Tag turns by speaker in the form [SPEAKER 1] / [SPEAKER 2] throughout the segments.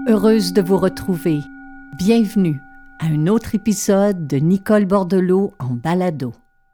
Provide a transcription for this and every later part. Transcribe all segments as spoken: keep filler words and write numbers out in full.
[SPEAKER 1] Heureuse de vous retrouver. Bienvenue à un autre épisode de Nicole Bordelot en balado.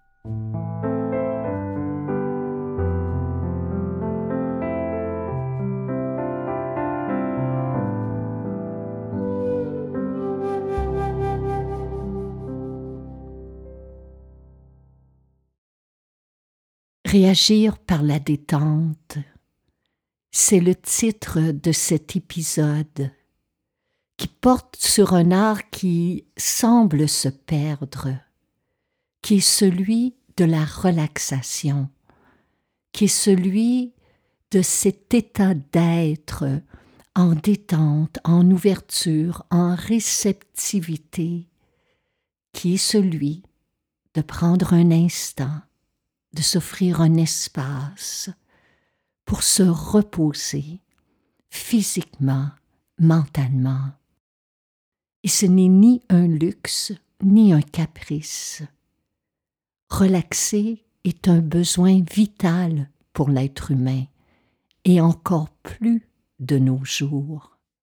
[SPEAKER 1] Réagir par la détente, c'est le titre de cet épisode qui porte sur un art qui semble se perdre, qui est celui de la relaxation, qui est celui de cet état d'être en détente, en ouverture, en réceptivité, qui est celui de prendre un instant, de s'offrir un espace pour se reposer physiquement, mentalement. Et ce n'est ni un luxe, ni un caprice. Relaxer est un besoin vital pour l'être humain, et encore plus de nos jours.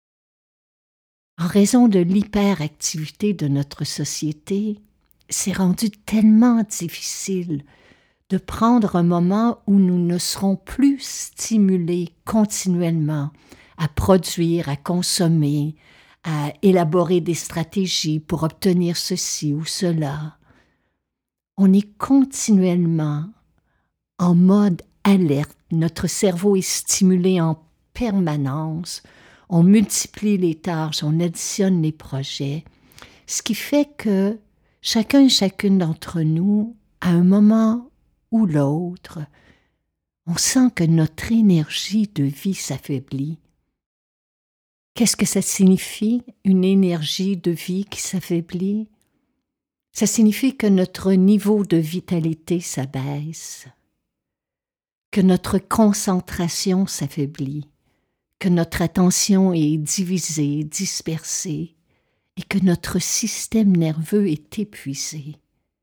[SPEAKER 1] En raison de l'hyperactivité de notre société, c'est rendu tellement difficile de prendre un moment où nous ne serons plus stimulés continuellement à produire, à consommer, à élaborer des stratégies pour obtenir ceci ou cela. On est continuellement en mode alerte, notre cerveau est stimulé en permanence, on multiplie les tâches, on additionne les projets, ce qui fait que chacun et chacune d'entre nous, à un moment ou l'autre, on sent que notre énergie de vie s'affaiblit. Qu'est-ce que ça signifie, une énergie de vie qui s'affaiblit? Ça signifie que notre niveau de vitalité s'abaisse, que notre concentration s'affaiblit, que notre attention est divisée, dispersée, et que notre système nerveux est épuisé.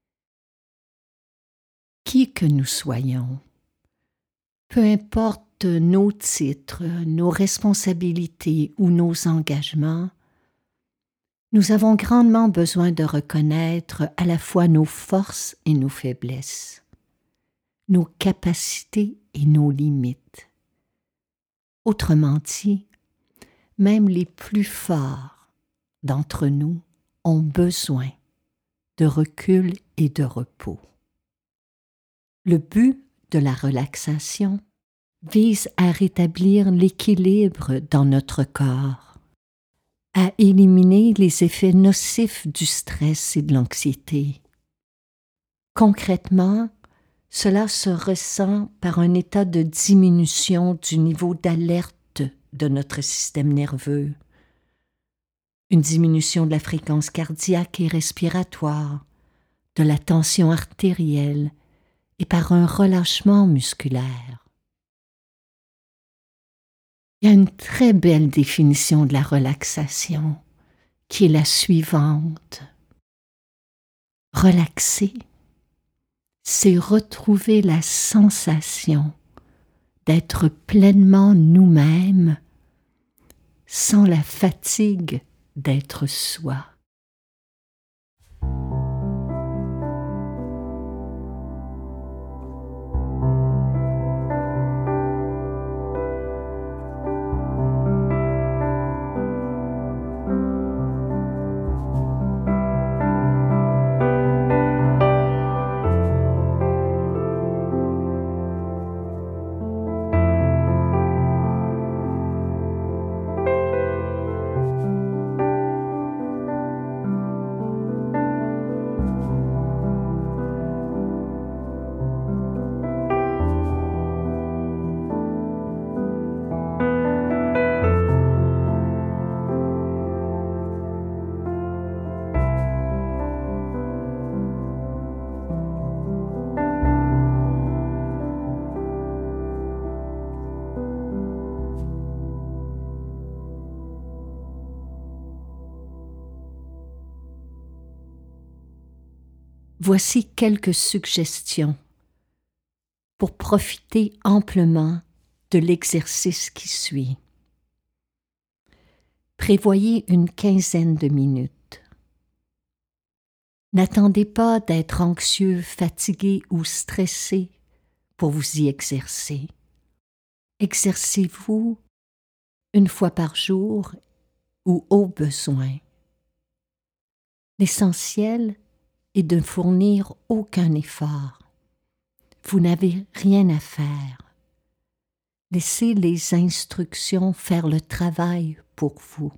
[SPEAKER 1] Qui que nous soyons, peu importe nos titres, nos responsabilités ou nos engagements, nous avons grandement besoin de reconnaître à la fois nos forces et nos faiblesses, nos capacités et nos limites. Autrement dit, même les plus forts d'entre nous ont besoin de recul et de repos. Le but de la relaxation vise à rétablir l'équilibre dans notre corps, à éliminer les effets nocifs du stress et de l'anxiété. Concrètement, cela se ressent par un état de diminution du niveau d'alerte de notre système nerveux, une diminution de la fréquence cardiaque et respiratoire, de la tension artérielle et par un relâchement musculaire. Il y a une très belle définition de la relaxation qui est la suivante. Relaxer, c'est retrouver la sensation d'être pleinement nous-mêmes sans la fatigue d'être soi. Voici quelques suggestions pour profiter amplement de l'exercice qui suit. Prévoyez une quinzaine de minutes. N'attendez pas d'être anxieux, fatigué ou stressé pour vous y exercer. Exercez-vous une fois par jour ou au besoin. L'essentiel est de ne fournir aucun effort. Vous n'avez rien à faire. Laissez les instructions faire le travail pour vous.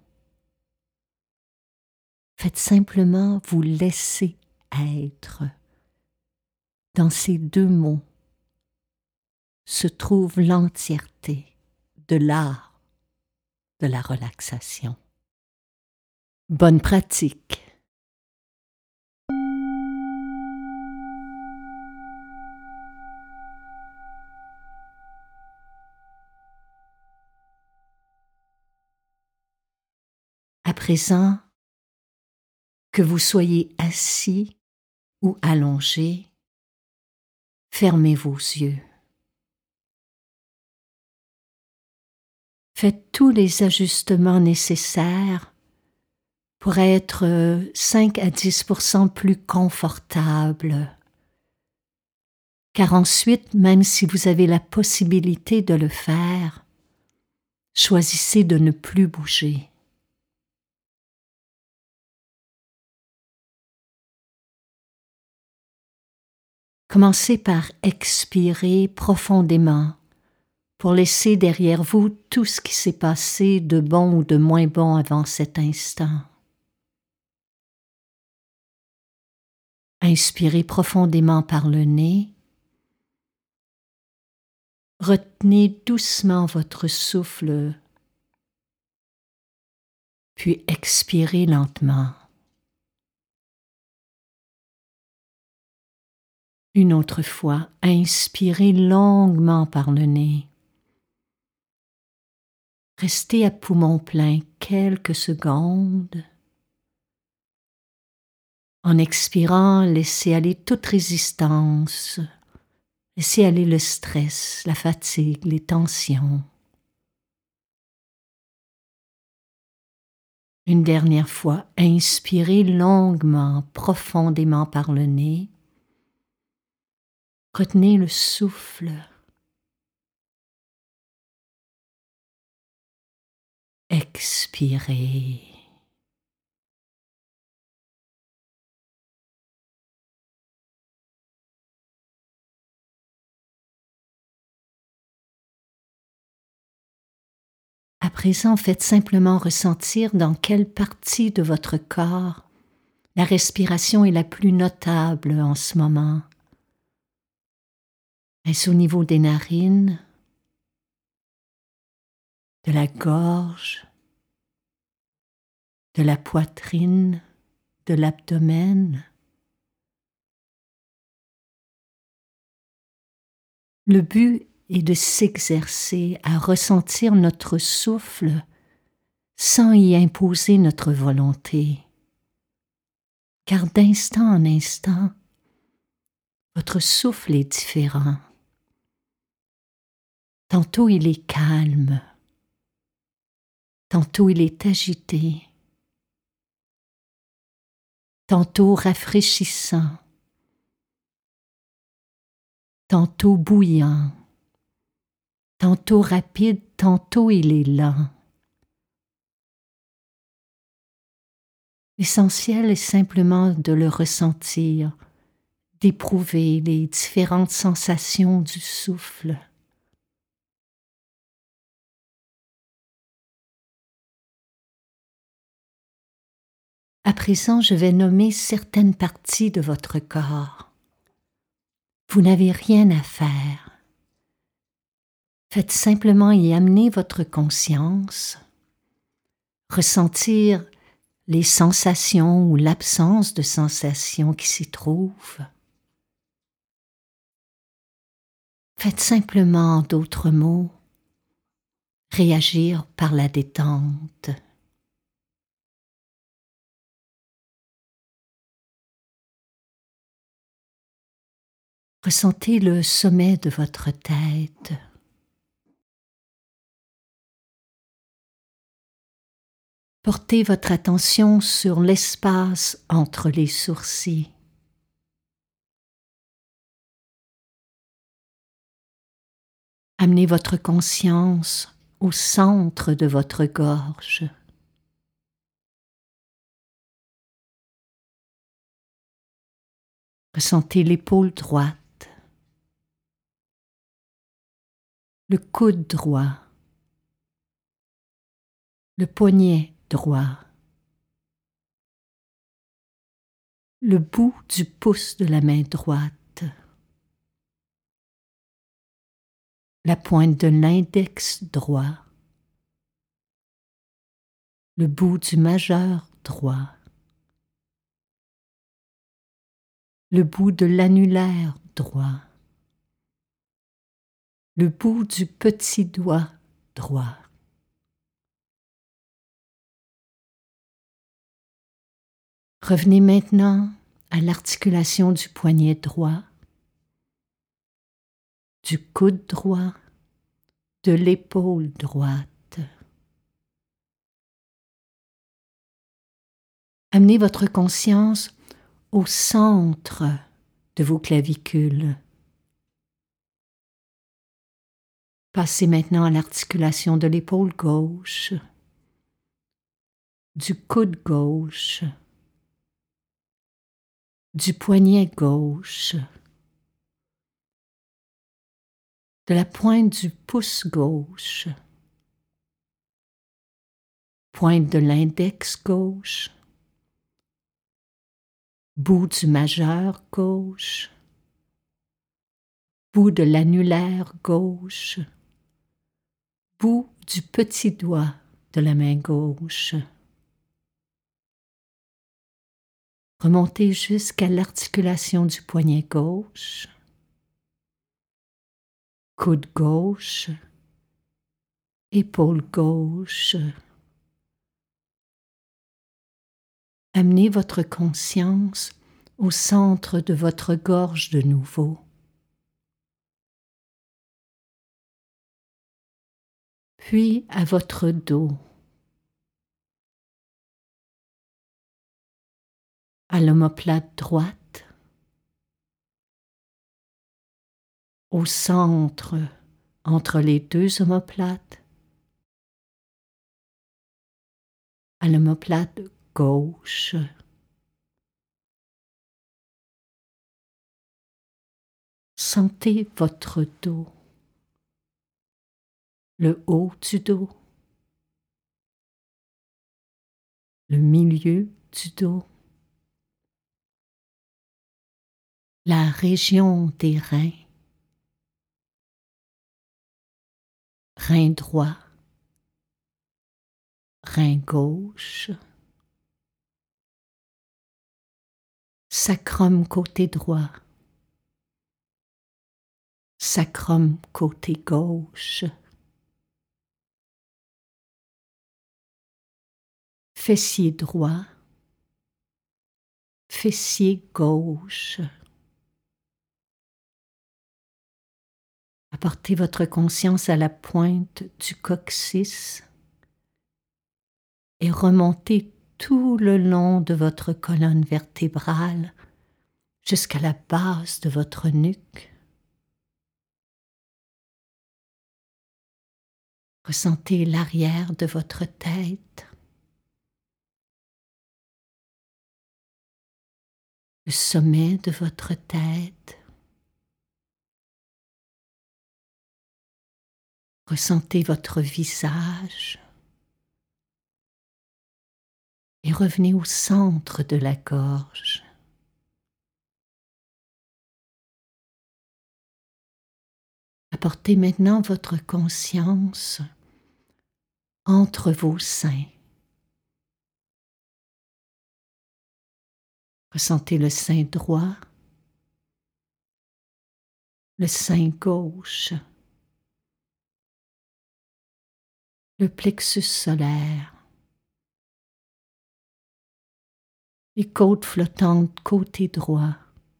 [SPEAKER 1] Faites simplement vous laisser être. Dans ces deux mots se trouve l'entièreté de l'art de la relaxation. Bonne pratique. À présent, que vous soyez assis ou allongé, fermez vos yeux. Faites tous les ajustements nécessaires pour être cinq à dix pour cent plus confortable. Car ensuite, même si vous avez la possibilité de le faire, choisissez de ne plus bouger. Commencez par expirer profondément pour laisser derrière vous tout ce qui s'est passé de bon ou de moins bon avant cet instant. Inspirez profondément par le nez. Retenez doucement votre souffle, puis expirez lentement. Une autre fois, inspirez longuement par le nez. Restez à poumon plein quelques secondes. En expirant, laissez aller toute résistance. Laissez aller le stress, la fatigue, les tensions. Une dernière fois, inspirez longuement, profondément par le nez. Retenez le souffle. Expirez. À présent, faites simplement ressentir dans quelle partie de votre corps la respiration est la plus notable en ce moment. Est-ce au niveau des narines, de la gorge, de la poitrine, de l'abdomen? Le but est de s'exercer à ressentir notre souffle sans y imposer notre volonté. Car d'instant en instant, votre souffle est différent. Tantôt il est calme, tantôt il est agité, tantôt rafraîchissant, tantôt bouillant, tantôt rapide, tantôt il est lent. L'essentiel est simplement de le ressentir, d'éprouver les différentes sensations du souffle. À présent, je vais nommer certaines parties de votre corps. Vous n'avez rien à faire. Faites simplement y amener votre conscience, ressentir les sensations ou l'absence de sensations qui s'y trouvent. Faites simplement, en d'autres mots, réagir par la détente. Ressentez le sommet de votre tête. Portez votre attention sur l'espace entre les sourcils. Amenez votre conscience au centre de votre gorge. Ressentez l'épaule droite, le coude droit, le poignet droit, le bout du pouce de la main droite, la pointe de l'index droit, le bout du majeur droit, le bout de l'annulaire droit, le bout du petit doigt droit. Revenez maintenant à l'articulation du poignet droit, du coude droit, de l'épaule droite. Amenez votre conscience au centre de vos clavicules. Passez maintenant à l'articulation de l'épaule gauche, du coude gauche, du poignet gauche, de la pointe du pouce gauche, pointe de l'index gauche, bout du majeur gauche, bout de l'annulaire gauche, bout du petit doigt de la main gauche. Remontez jusqu'à l'articulation du poignet gauche, coude gauche, épaule gauche. Amenez votre conscience au centre de votre gorge de nouveau. Puis à votre dos, à l'omoplate droite, au centre entre les deux omoplates, à l'omoplate gauche. Sentez votre dos, le haut du dos, le milieu du dos, la région des reins, rein droit, rein gauche, sacrum côté droit, sacrum côté gauche, fessier droit, fessier gauche. Apportez votre conscience à la pointe du coccyx et remontez tout le long de votre colonne vertébrale jusqu'à la base de votre nuque. Ressentez l'arrière de votre tête, le sommet de votre tête. Ressentez votre visage et revenez au centre de la gorge. Apportez maintenant votre conscience entre vos seins. Ressentez le sein droit, le sein gauche, le plexus solaire, les côtes flottantes côté droit,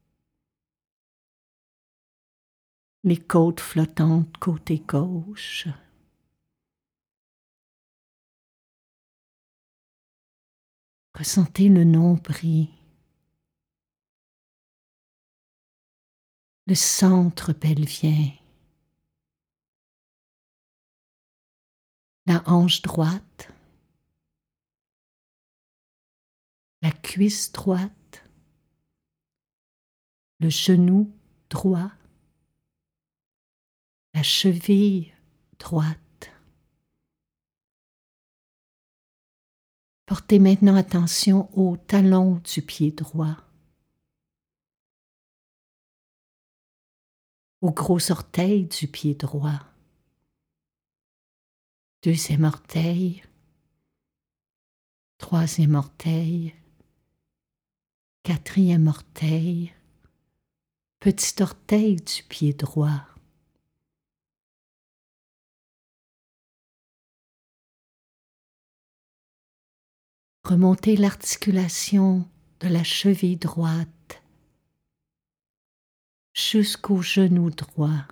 [SPEAKER 1] les côtes flottantes côté gauche. Ressentez le nombril, le centre pelvien, la hanche droite, la cuisse droite, le genou droit, la cheville droite. Portez maintenant attention au talon du pied droit, au gros orteil du pied droit, deuxième orteil, troisième orteil, quatrième orteil, petit orteil du pied droit. Remontez l'articulation de la cheville droite jusqu'au genou droit,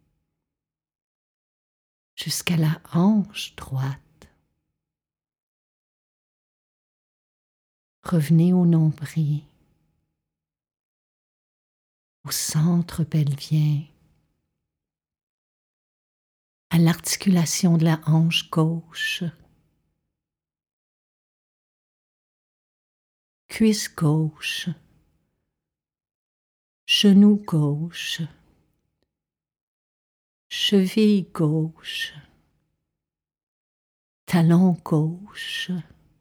[SPEAKER 1] jusqu'à la hanche droite. Revenez au nombril, au centre pelvien, à l'articulation de la hanche gauche, cuisse gauche, genou gauche, cheville gauche, talon gauche.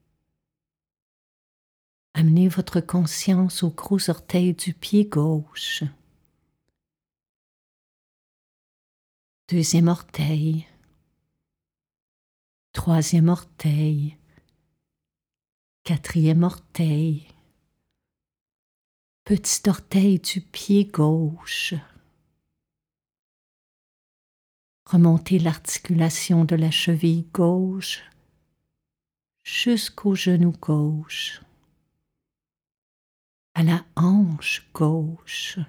[SPEAKER 1] Amenez votre conscience au gros orteil du pied gauche, deuxième orteil, troisième orteil, quatrième orteil, petit orteil du pied gauche. Remontez l'articulation de la cheville gauche jusqu'au genou gauche, à la hanche gauche.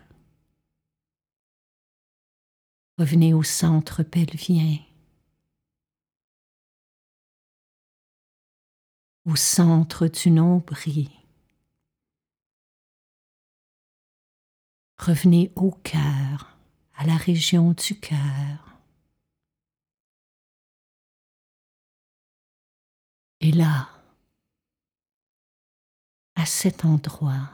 [SPEAKER 1] Revenez au centre pelvien, au centre du nombril. Revenez au cœur, à la région du cœur. Et là, à cet endroit,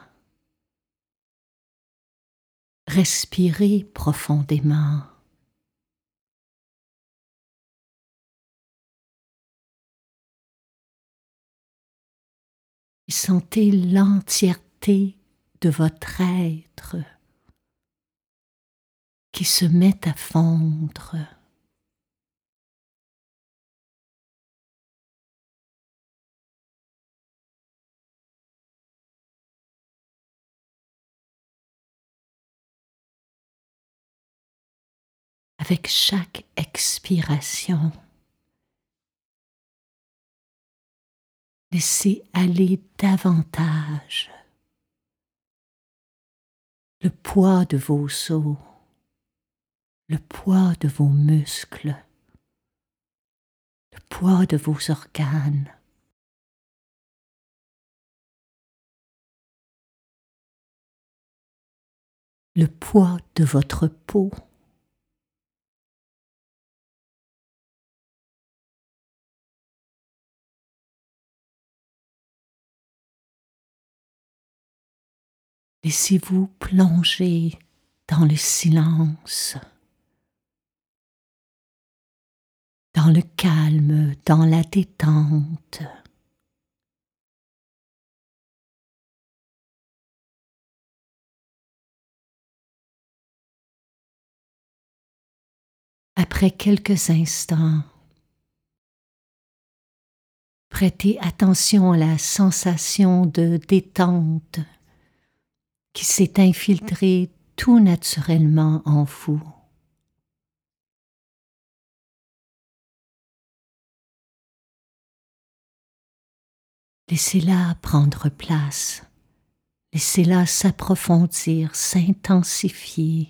[SPEAKER 1] respirez profondément. Et sentez l'entièreté de votre être qui se met à fondre. Avec chaque expiration, laissez aller davantage le poids de vos os, le poids de vos muscles, le poids de vos organes. Le poids de votre peau. Laissez-vous plonger dans le silence, dans le calme, dans la détente. Après quelques instants, prêtez attention à la sensation de détente qui s'est infiltrée tout naturellement en vous. Laissez-la prendre place, laissez-la s'approfondir, s'intensifier.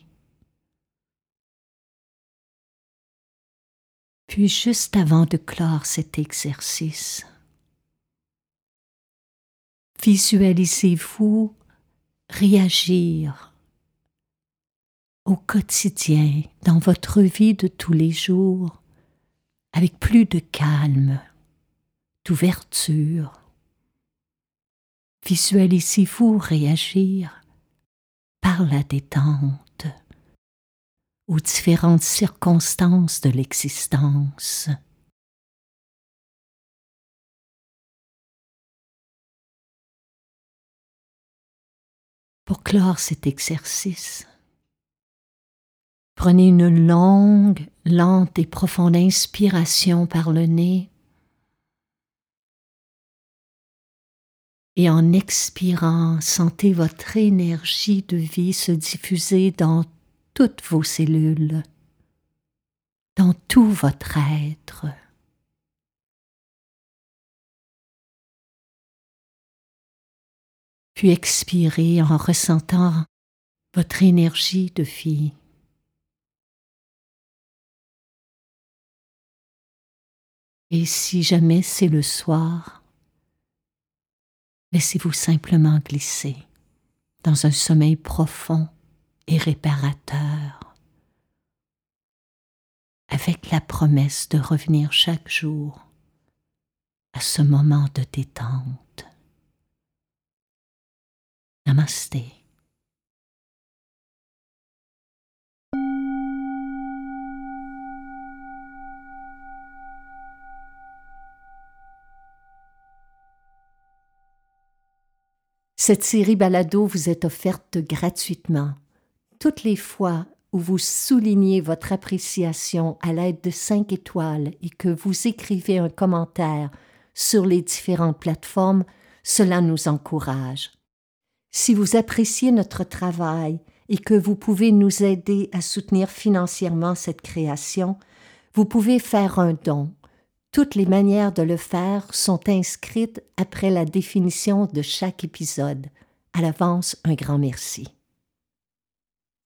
[SPEAKER 1] Puis juste avant de clore cet exercice, Visualisez-vous réagir au quotidien, dans votre vie de tous les jours, avec plus de calme, d'ouverture. Visualisez-vous réagir par la détente aux différentes circonstances de l'existence. Pour clore cet exercice, prenez une longue, lente et profonde inspiration par le nez et en expirant, sentez votre énergie de vie se diffuser dans toutes vos cellules, dans tout votre être. Puis expirez en ressentant votre énergie de vie. Et si jamais c'est le soir, laissez-vous simplement glisser dans un sommeil profond et réparateur, avec la promesse de revenir chaque jour à ce moment de détente. Namasté. Cette série balado vous est offerte gratuitement. Toutes les fois où vous soulignez votre appréciation à l'aide de cinq étoiles et que vous écrivez un commentaire sur les différentes plateformes, cela nous encourage. Si vous appréciez notre travail et que vous pouvez nous aider à soutenir financièrement cette création, vous pouvez faire un don. Toutes les manières de le faire sont inscrites après la définition de chaque épisode. À l'avance, un grand merci.